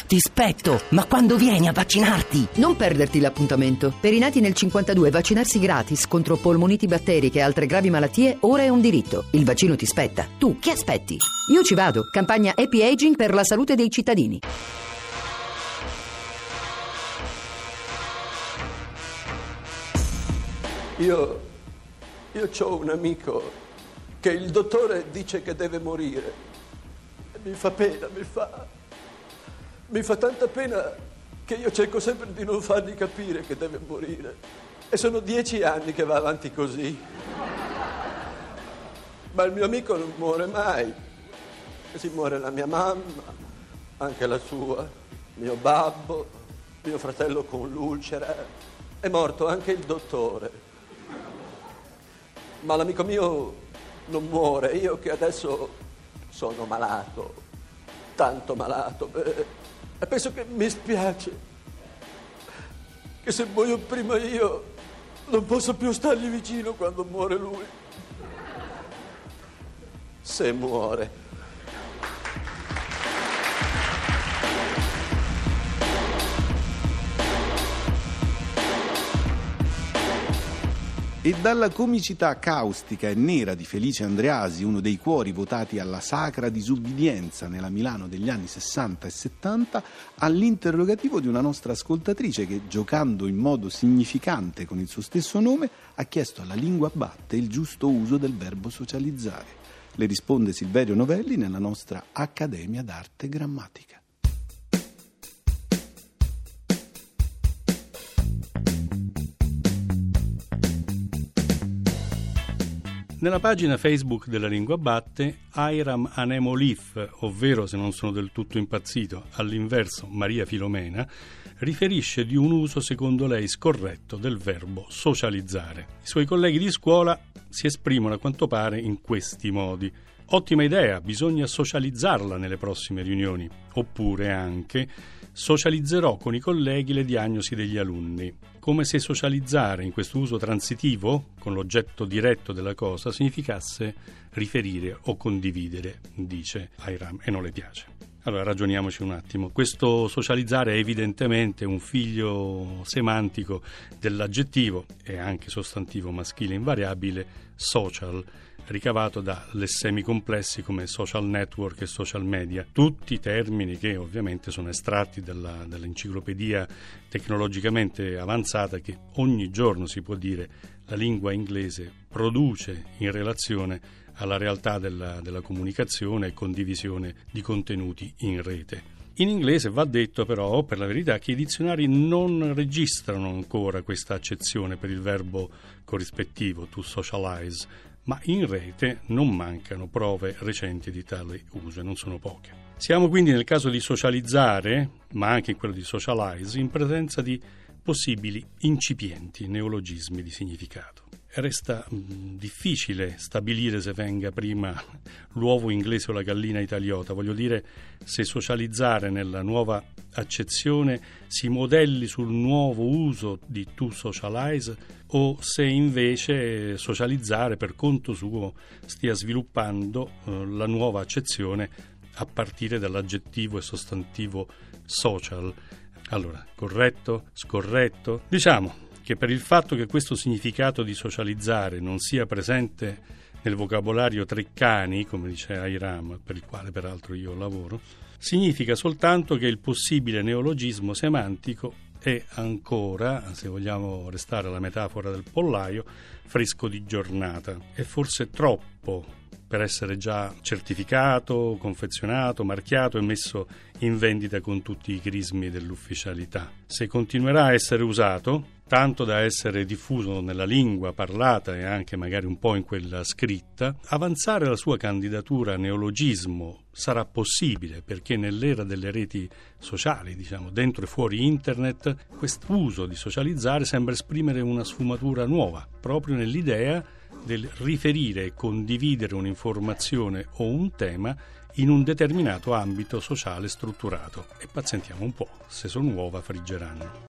ti spetto, ma quando vieni a vaccinarti? Non perderti l'appuntamento. Per i nati nel 52 vaccinarsi gratis contro polmoniti batteriche e altre gravi malattie ora è un diritto. Il vaccino ti spetta. Tu che aspetti? Io ci vado. Campagna Happy Aging per la salute dei cittadini. Io ho un amico che il dottore dice che deve morire. Mi fa pena, mi fa tanta pena che io cerco sempre di non fargli capire che deve morire. E sono 10 anni che va avanti così. Ma il mio amico non muore mai. Si muore la mia mamma, anche la sua, mio babbo, mio fratello con l'ulcera. È morto anche il dottore. Ma l'amico mio non muore, io che adesso sono malato, tanto malato, e penso che mi spiace, che se muoio prima io non posso più stargli vicino quando muore lui. Se muore. E dalla comicità caustica e nera di Felice Andreasi, uno dei cuori votati alla sacra disubbidienza nella Milano degli anni 60 e 70, all'interrogativo di una nostra ascoltatrice che, giocando in modo significante con il suo stesso nome, ha chiesto alla lingua batte il giusto uso del verbo socializzare. Le risponde Silverio Novelli nella nostra Accademia d'Arte Grammatica. Nella pagina Facebook della Lingua Batte, Airam Anemolif, ovvero, se non sono del tutto impazzito, all'inverso Maria Filomena, riferisce di un uso secondo lei scorretto del verbo socializzare. I suoi colleghi di scuola si esprimono a quanto pare in questi modi. Ottima idea, bisogna socializzarla nelle prossime riunioni. Oppure anche socializzerò con i colleghi le diagnosi degli alunni. Come se socializzare in questo uso transitivo, con l'oggetto diretto della cosa, significasse riferire o condividere, dice Airam, e non le piace. Allora ragioniamoci un attimo. Questo socializzare è evidentemente un figlio semantico dell'aggettivo e anche sostantivo maschile invariabile social, ricavato da lessemi complessi come social network e social media, tutti termini che ovviamente sono estratti dall'enciclopedia tecnologicamente avanzata che ogni giorno, si può dire, la lingua inglese produce in relazione alla realtà della comunicazione e condivisione di contenuti in rete. In inglese va detto però, per la verità, che i dizionari non registrano ancora questa accezione per il verbo corrispettivo to socialize, ma in rete non mancano prove recenti di tale uso e non sono poche. Siamo quindi nel caso di socializzare, ma anche in quello di socialize, in presenza di possibili incipienti neologismi di significato. Resta difficile stabilire se venga prima l'uovo inglese o la gallina italiota, voglio dire se socializzare nella nuova accezione si modelli sul nuovo uso di to socialize o se invece socializzare per conto suo stia sviluppando la nuova accezione a partire dall'aggettivo e sostantivo social. Allora, corretto? Scorretto? Diciamo che per il fatto che questo significato di socializzare non sia presente nel vocabolario Treccani, come dice Airam, per il quale peraltro io lavoro, significa soltanto che il possibile neologismo semantico è ancora, se vogliamo restare alla metafora del pollaio, fresco di giornata. È forse troppo per essere già certificato, confezionato, marchiato e messo in vendita con tutti i crismi dell'ufficialità. Se continuerà a essere usato, tanto da essere diffuso nella lingua parlata e anche magari un po' in quella scritta, avanzare la sua candidatura a neologismo sarà possibile perché nell'era delle reti sociali, diciamo, dentro e fuori internet, quest'uso di socializzare sembra esprimere una sfumatura nuova, proprio nell'idea del riferire e condividere un'informazione o un tema in un determinato ambito sociale strutturato. E pazientiamo un po', se sono uova friggeranno.